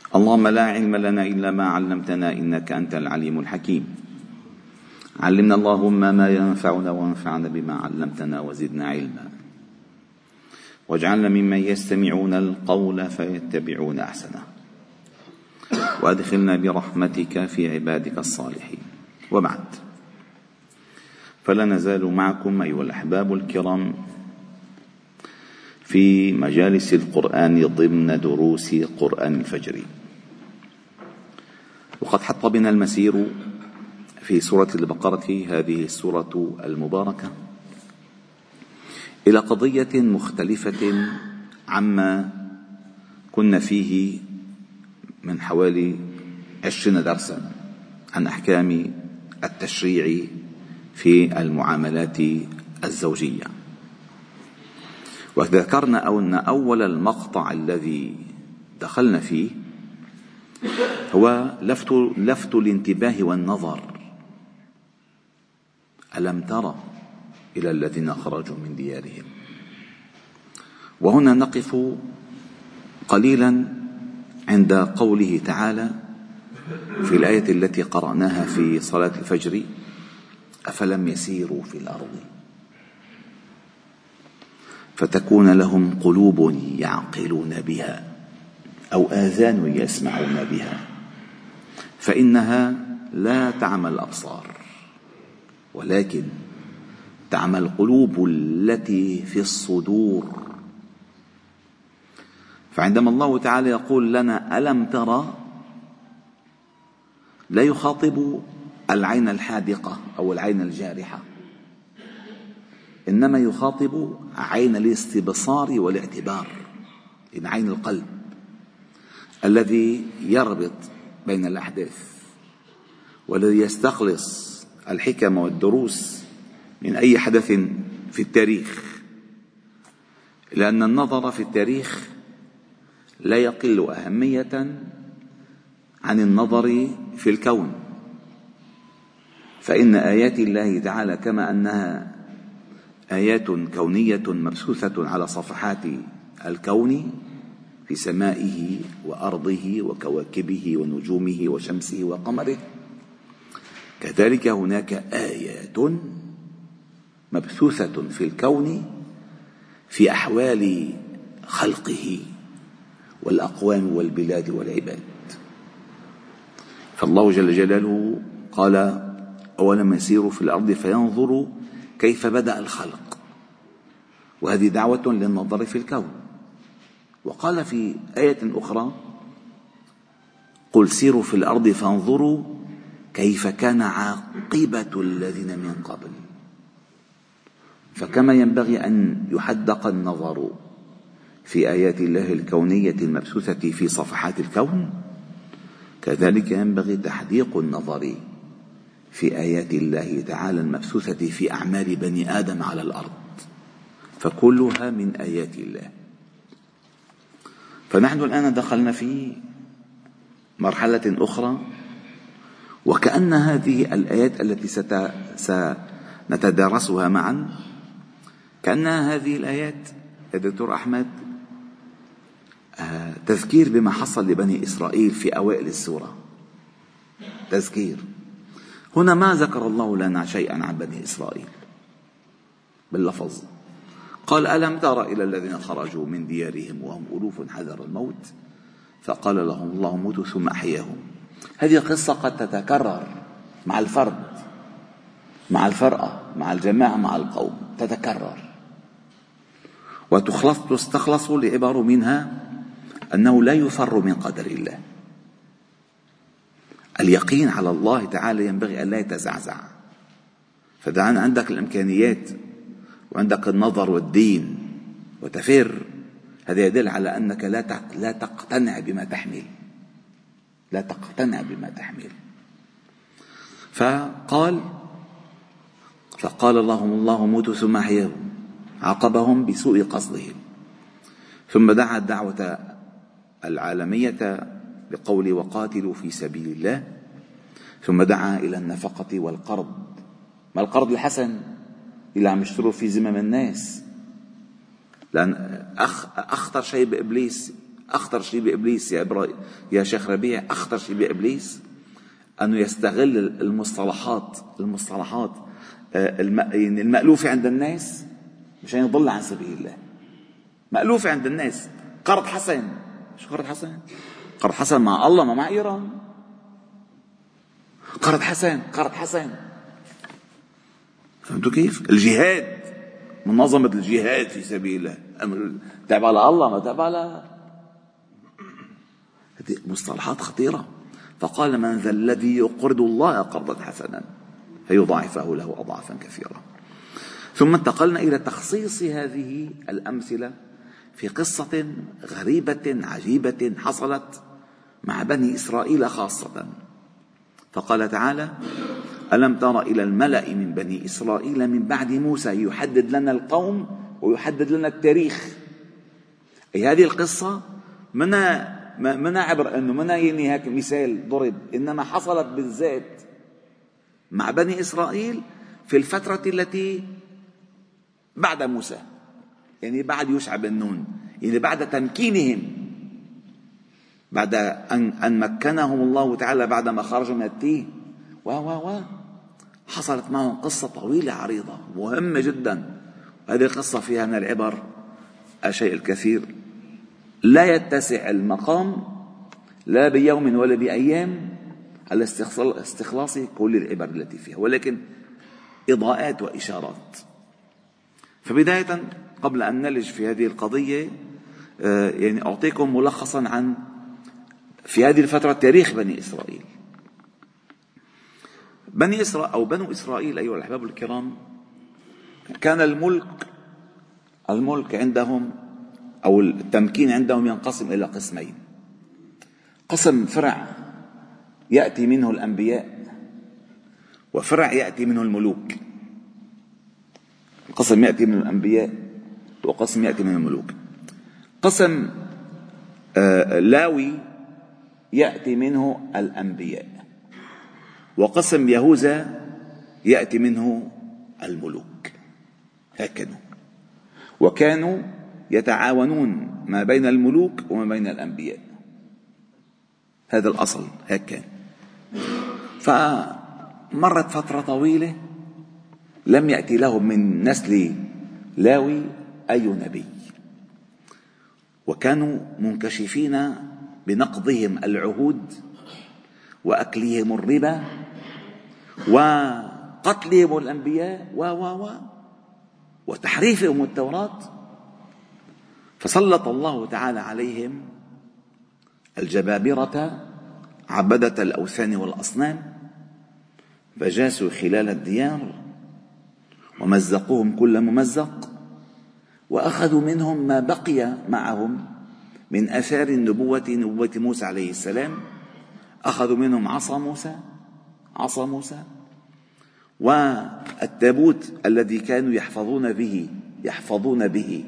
اللهم لا علم لنا إلا ما علمتنا إنك أنت العليم الحكيم. علمنا اللهم ما ينفعنا وانفعنا بما علمتنا وزدنا علما، واجعلنا ممن يستمعون القول فيتبعون أحسنه، وأدخلنا برحمتك في عبادك الصالحين. وبعد، فلا نزال معكم أيها الأحباب الكرام في مجالس القرآن ضمن دروس قرآن الفجر. وقد حط بنا المسير في سورة البقرة، هذه السورة المباركة، إلى قضية مختلفة عما كنا فيه من حوالي 20 درسا عن أحكام التشريع في المعاملات الزوجية. وذكرنا أن أول المقطع الذي دخلنا فيه هو لفت الانتباه والنظر. ألم تر إلى الذين خرجوا من ديارهم؟ وهنا نقف قليلا عند قوله تعالى في الآية التي قرأناها في صلاة الفجر: أفلم يسيروا في الأرض فتكون لهم قلوب يعقلون بها أو آذان يسمعون بها فإنها لا تعمى الأبصار ولكن تعمى القلوب التي في الصدور. فعندما الله تعالى يقول لنا ألم ترى، لا يخاطب العين الحادقة أو العين الجارحة، إنما يخاطب عين الاستبصار والاعتبار، إن عين القلب الذي يربط بين الأحداث والذي يستخلص الحكم والدروس من أي حدث في التاريخ. لأن النظر في التاريخ لا يقل أهمية عن النظر في الكون، فإن آيات الله تعالى كما أنها آيات كونية مبثوثة على صفحات الكون في سمائه وأرضه وكواكبه ونجومه وشمسه وقمره، كذلك هناك آيات مبثوثة في الكون في أحوال خلقه والأقوام والبلاد والعباد. فالله جل جلاله قال: أولم يسيروا في الأرض فينظروا كيف بدأ الخلق، وهذه دعوة للنظر في الكون. وقال في آية أخرى: قل سيروا في الأرض فانظروا كيف كان عاقبة الذين من قبل. فكما ينبغي أن يحدق النظر في آيات الله الكونية المبثوثة في صفحات الكون، كذلك ينبغي تحديق النظر في آيات الله تعالى المبثوثة في أعمال بني آدم على الأرض، فكلها من آيات الله. فنحن الآن دخلنا في مرحلة أخرى، وكأن هذه الآيات التي سنتدارسها معا، كأن هذه الآيات يا دكتور أحمد تذكير بما حصل لبني إسرائيل في أوائل السورة. تذكير. هنا ما ذكر الله لنا شيئا عن بني إسرائيل باللفظ. قال: ألم تر إلى الذين خرجوا من ديارهم وهم ألوف حذر الموت فقال لهم الله موتوا ثم أحياهم. هذه قصة قد تتكرر مع الفرد، مع الفرقة، مع الجماعة، مع القوم، تتكرر وتستخلص العبر منها أنه لا يفر من قدر الله. اليقين على الله تعالى ينبغي أن لا يتزعزع. فدعان عندك الإمكانيات وعندك النظر والدين وتفر، هذا يدل على أنك لا تقتنع بما تحمل، لا تقتنع بما تحمل. فقال لهم الله موتوا ثم أحياهم، عاقبهم بسوء قصدهم، ثم دعا الدعوة العالمية بقول وقاتلوا في سبيل الله، ثم دعا إلى النفقة والقرض. ما القرض الحسن اللي عم يشتروا في زمام الناس، لأن أخطر شيء بإبليس أخطر شيء بإبليس يا شيخ ربيع، أخطر شيء بإبليس أنه يستغل المصطلحات يعني المألوفة عند الناس مشان يضل عن سبيل الله. مألوفة عند الناس، قرض حسن. شو قرض حسن؟ قرض حسن مع الله ما مع إيران. قرض حسن، قرض حسن. فهمتوا كيف؟ الجهاد، منظمة الجهاد في سبيل الله، تابع لله ما تابع له. هذه مصطلحات خطيرة. فقال من ذا الذي يقرض الله قرضا حسنا فيضاعفه له أضعافا كثيرة. ثم انتقلنا إلى تخصيص هذه الأمثلة في قصة غريبة عجيبة حصلت مع بني إسرائيل خاصة. فقال تعالى: ألم تر إلى الملأ من بني إسرائيل من بعد موسى، يحدد لنا القوم ويحدد لنا التاريخ. أي هذه القصة منا عبر أنه منا يعني هيك مثال ضرب، إنما حصلت بالذات مع بني إسرائيل في الفترة التي بعد موسى، يعني بعد يوشع بن نون، يعني بعد تمكينهم، بعد أن مكنهم الله تعالى بعدما خرجوا من التيه حصلت معهم قصة طويلة عريضة مهمة جدا. هذه القصة فيها من العبر الشيء الكثير، لا يتسع المقام لا بيوم ولا بأيام على استخلاص كل العبر التي فيها، ولكن إضاءات وإشارات. فبداية قبل أن نلج في هذه القضية يعني أعطيكم ملخصا عن في هذه الفترة تاريخ بني إسرائيل. بنو إسرائيل أيها الأحباب الكرام، كان الملك عندهم أو التمكين عندهم ينقسم إلى قسمين. قسم فرع يأتي منه الأنبياء، وفرع يأتي منه الملوك. قسم يأتي من الأنبياء وقسم يأتي من الملوك. قسم لاوي يأتي منه الأنبياء، وقسم يهوذا يأتي منه الملوك. هكذا، وكانوا يتعاونون ما بين الملوك وما بين الأنبياء. هذا الأصل هيك كان. فمرت فترة طويلة لم يأتي لهم من نسل لاوي أي نبي، وكانوا منكشفين بنقضهم العهود وأكلهم الربا وقتلهم الأنبياء وتحريفهم التوراة. فسلط الله تعالى عليهم الجبابرة عبدة الأوثان والأصنام، فجاسوا خلال الديار ومزقوهم كل ممزق، وأخذوا منهم ما بقي معهم من آثار نبوة موسى عليه السلام. أخذوا منهم عصا موسى والتابوت الذي كانوا يحفظون به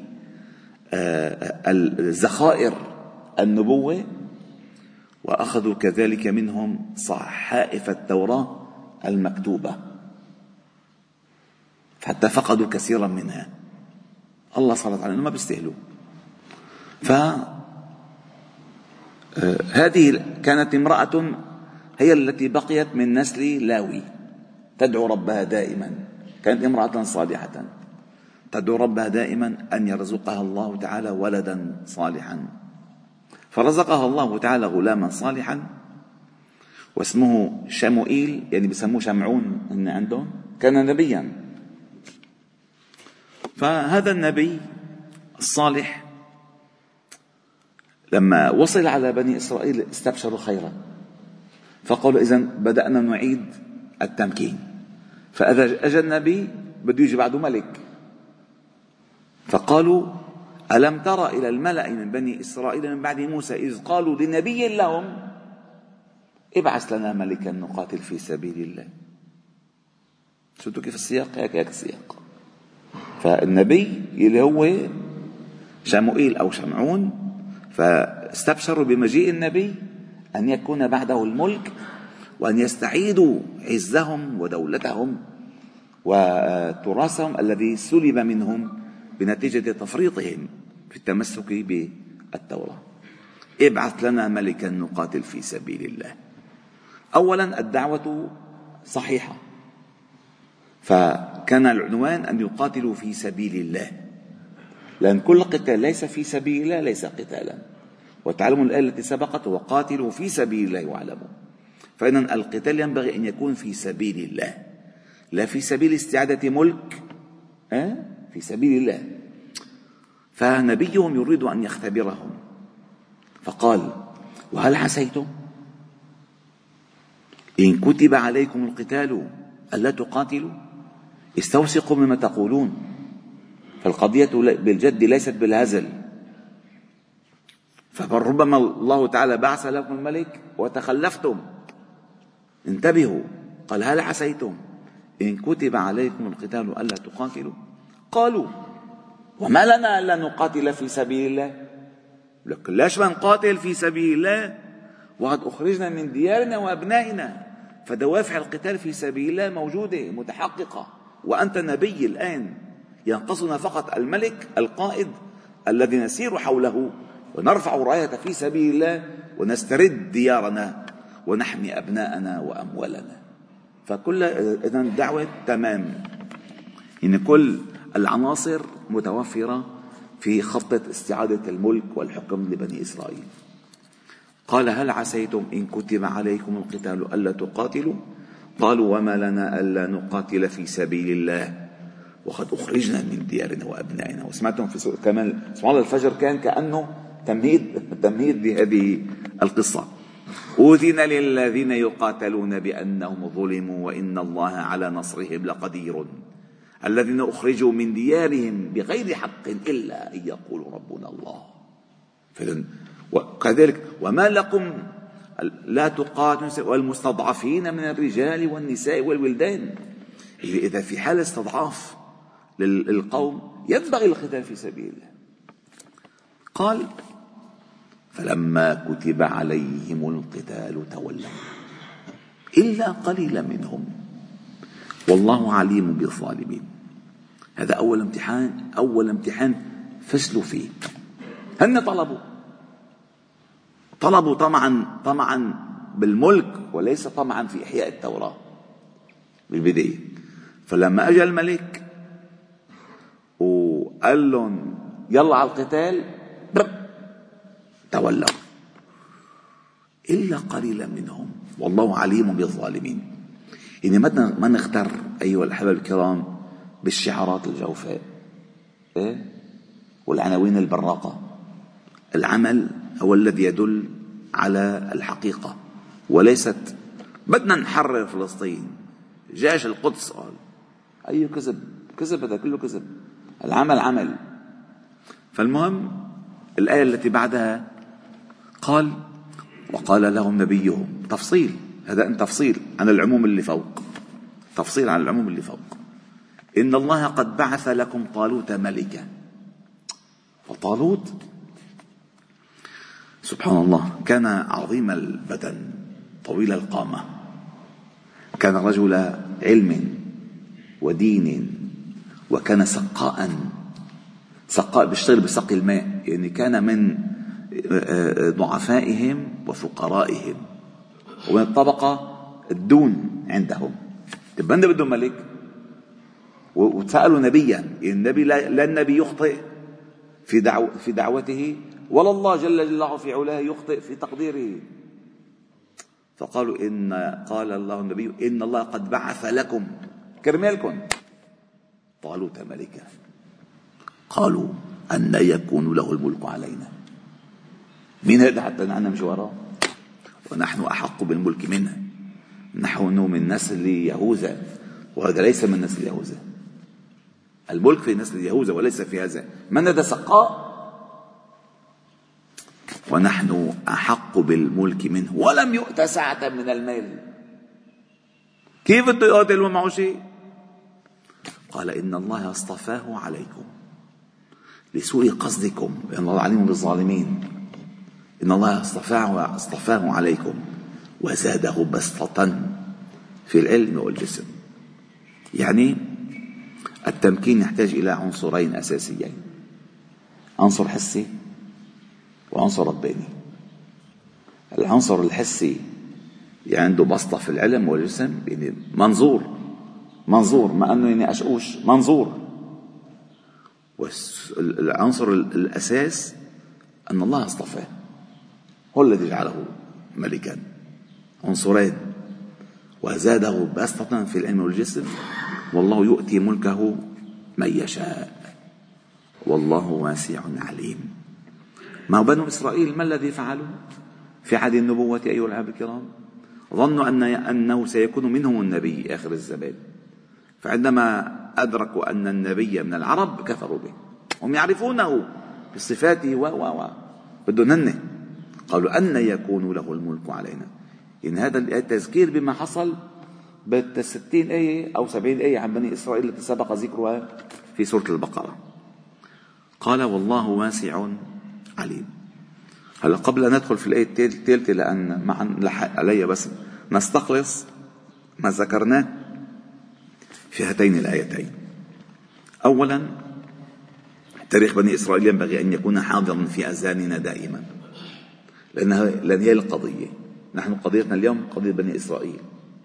الذخائر النبوة، وأخذوا كذلك منهم صحائف التوراة المكتوبة، حتى فقدوا كثيرا منها. الله سلط عليهم ما بيستاهلوا. هذه كانت امرأة هي التي بقيت من نسل لاوي تدعو ربها دائما، كانت امرأة صالحة تدعو ربها دائما أن يرزقها الله تعالى ولدا صالحا، فرزقها الله تعالى غلاما صالحا واسمه شموئيل، يعني بسموه شمعون إن عندهم، كان نبيا. فهذا النبي الصالح لما وصل على بني إسرائيل استبشروا خيرا، فقالوا إذن بدأنا نعيد التمكين، فإذا أجى النبي بده يجي بعده ملك. فقالوا: ألم تر إلى الملأ من بني إسرائيل من بعد موسى إذ قالوا لنبي لهم ابعث لنا ملكا نقاتل في سبيل الله. شفتوا كيف السياق؟ هيك السياق. فالنبي اللي هو شموئيل أو شمعون، فاستبشروا بمجيء النبي أن يكون بعده الملك وأن يستعيدوا عزهم ودولتهم وتراثهم الذي سلب منهم بنتيجة تفريطهم في التمسك بالتوراة. ابعث لنا ملكا نقاتل في سبيل الله. أولا الدعوة صحيحة، فكان العنوان أن يقاتلوا في سبيل الله، لأن كل قتال ليس في سبيل الله ليس قتالا. وتعلموا الآية التي سبقت: وقاتلوا في سبيل الله واعلموا. فإن القتال ينبغي أن يكون في سبيل الله، لا في سبيل استعادة ملك، في سبيل الله. فنبيهم يريد أن يختبرهم، فقال: وهل عسيتم إن كتب عليكم القتال ألا تقاتلوا؟ استوثقوا مما تقولون، فالقضية بالجد ليست بالهزل. فربما الله تعالى بعث لكم الملك وتخلفتم، انتبهوا. قال: هل عسيتم إن كتب عليكم القتال ألا تقاتلوا؟ قالوا: وما لنا ألا نقاتل في سبيل الله؟ لكن ليش ما نقاتل في سبيل الله وقد أخرجنا من ديارنا وأبنائنا؟ فدوافع القتال في سبيل الله موجودة متحققة، وأنت نبي الآن، ينقصنا فقط الملك القائد الذي نسير حوله ونرفع راية في سبيل الله ونسترد ديارنا ونحمي أبناءنا وأموالنا. فكل إذن الدعوة تمام، إن كل العناصر متوفرة في خطة استعادة الملك والحكم لبني إسرائيل. قال: هل عسيتم إن كتب عليكم القتال ألا تقاتلوا؟ قالوا: وما لنا ألا نقاتل في سبيل الله وقد أخرجنا من ديارنا وأبنائنا. وسمعتم في سورة كمان سبحان الله الفجر كان كأنه تمهيد لهذه القصة. أذن للذين يقاتلون بأنهم ظلموا وإن الله على نصرهم لقدير الذين أخرجوا من ديارهم بغير حق إلا أن يقولوا ربنا الله. وكذلك: وما لكم لا تقاتلوا والمستضعفين من الرجال والنساء والولدان. إذا في حال استضعاف للقوم ينبغي القتال في سبيل الله. قال: فلما كتب عليهم القتال تولوا إلا قليلا منهم والله عليم بالظالمين. هذا أول امتحان فشلوا فيه. هن طلبوا طمعا بالملك وليس طمعا في إحياء التوراة بالبداية. فلما أجى الملك وقال لهم يلا على القتال تولوا إلا قليلا منهم والله عليم بالظالمين. إن ما نختار أيها الأحباب الكرام بالشعارات الجوفاء والعناوين البراقة. العمل هو الذي يدل على الحقيقة، وليست بدنا نحرر فلسطين جيش القدس. قال أي كذب هذا كله كذب. العمل عمل. فالمهم الآية التي بعدها قال: وقال لهم نبيهم. تفصيل، هذا تفصيل عن العموم اللي فوق، تفصيل عن العموم اللي فوق: إن الله قد بعث لكم طالوت ملكا. وطالوت سبحان الله كان عظيم البدن طويل القامة، كان رجل علم ودين، وكان سقاء بيشتغل بسقي الماء، يعني كان من ضعفائهم وفقرائهم ومن الطبقة الدون عندهم. تبقى بدهم ملك وتسألوا نبيا. النبي لا النبي يخطئ في دعوته ولا الله جل جلاله في علاه يخطئ في تقديره. فقالوا قال الله النبي إن الله قد بعث لكم كرمالكم طالوت ملكا. قالوا أن يكون له الملك علينا. مين هذا حتى نمشي وراه؟ ونحن أحق بالملك منه، نحن من نسل يهوذا وهذا ليس من نسل يهوذا. الملك في نسل يهوذا وليس في هذا. من هذا سقاء؟ ونحن أحق بالملك منه ولم يؤت سعة من المال. كيف بده يقاتل ومعه شيء؟ قال إن الله اصطفاه عليكم لسوء قصدكم لأن الله عليم بالظالمين. إن الله اصطفاه عليكم وزاده بسطة في العلم والجسم. يعني التمكين يحتاج إلى عنصرين أساسيين: عنصر حسي وعنصر رباني. العنصر الحسي يعني عنده بسطة في العلم والجسم، يعني منظور ما أنه يعني أشقوش منظور. والعنصر الأساس أن الله اصطفاه، هو الذي جعله ملكا. عنصرين، وزاده بسطة في العلم والجسم، والله يؤتي ملكه من يشاء والله واسع عليم. ما بنو إسرائيل ما الذي فعلوا في عهد النبوة أيها الأحبة الكرام؟ ظنوا أنه سيكون منهم النبي آخر الزمان، فعندما أدركوا أن النبي من العرب كفروا به. هم يعرفونه بصفاته بدون قالوا أن يكون له الملك علينا. إن هذا التذكير بما حصل ب60 آية أو 70 آية عن بني إسرائيل التي سبق ذكرها في سورة البقرة. قال والله واسع عليم. هلا قبل أن ندخل في الآية الثالثة، لأن ما نلحق علي، بس نستخلص ما ذكرناه في هاتين الآيتين. أولا، تاريخ بني إسرائيل ينبغي أن يكون حاضرا في أذهاننا دائما، لأن هي القضية. نحن قضيتنا اليوم قضية بني إسرائيل.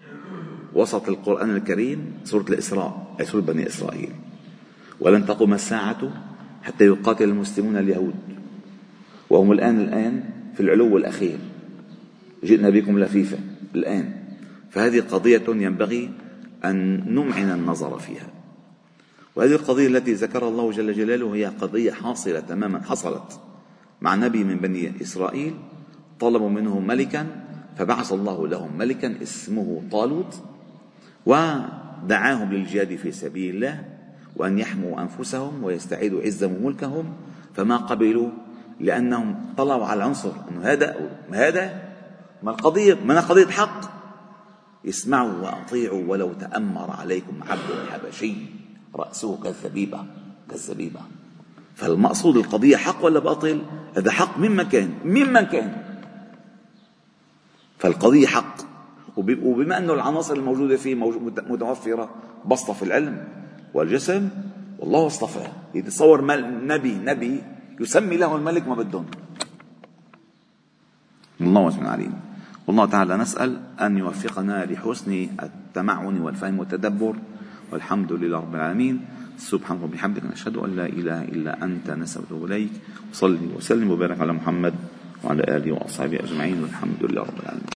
وسط القرآن الكريم سورة الإسراء أي سورة بني إسرائيل. ولن تقوم الساعة حتى يقاتل المسلمون اليهود، وهم الآن في العلو الأخير، جئنا بكم لفيفا الآن. فهذه قضية ينبغي أن نمعن النظر فيها. وهذه القضية التي ذكرها الله جل جلاله هي قضية حاصلة تماما، حصلت مع نبي من بني إسرائيل. طلبوا منه ملكا، فبعث الله لهم ملكا اسمه طالوت، ودعاهم للجهاد في سبيل الله وأن يحموا أنفسهم ويستعيدوا عزهم وملكهم، فما قبلوا، لأنهم طلعوا على العنصر أنه هذا ما القضية، ما قضية حق. اسمعوا وأطيعوا ولو تأمر عليكم عبد حبشي رأسه كالزبيبة. فالمقصود القضية حق ولا باطل؟ هذا حق ممن كان. فالقضية حق، وبما أنه العناصر الموجودة فيه متوفرة، بسطة في العلم والجسم، والله اصطفاه. يتصور نبي يسمي له الملك ما بدهم. الله واسع عليم. والله تعالى نسأل أن يوفقنا لحسن التمعن والفهم والتدبر، والحمد لله رب العالمين. سبحانك وبحمدك، نشهد أن لا إله إلا أنت، نستغفرك إليك. وصلي وسلم وبارك على محمد وعلى آله وأصحابه أجمعين، والحمد لله رب العالمين.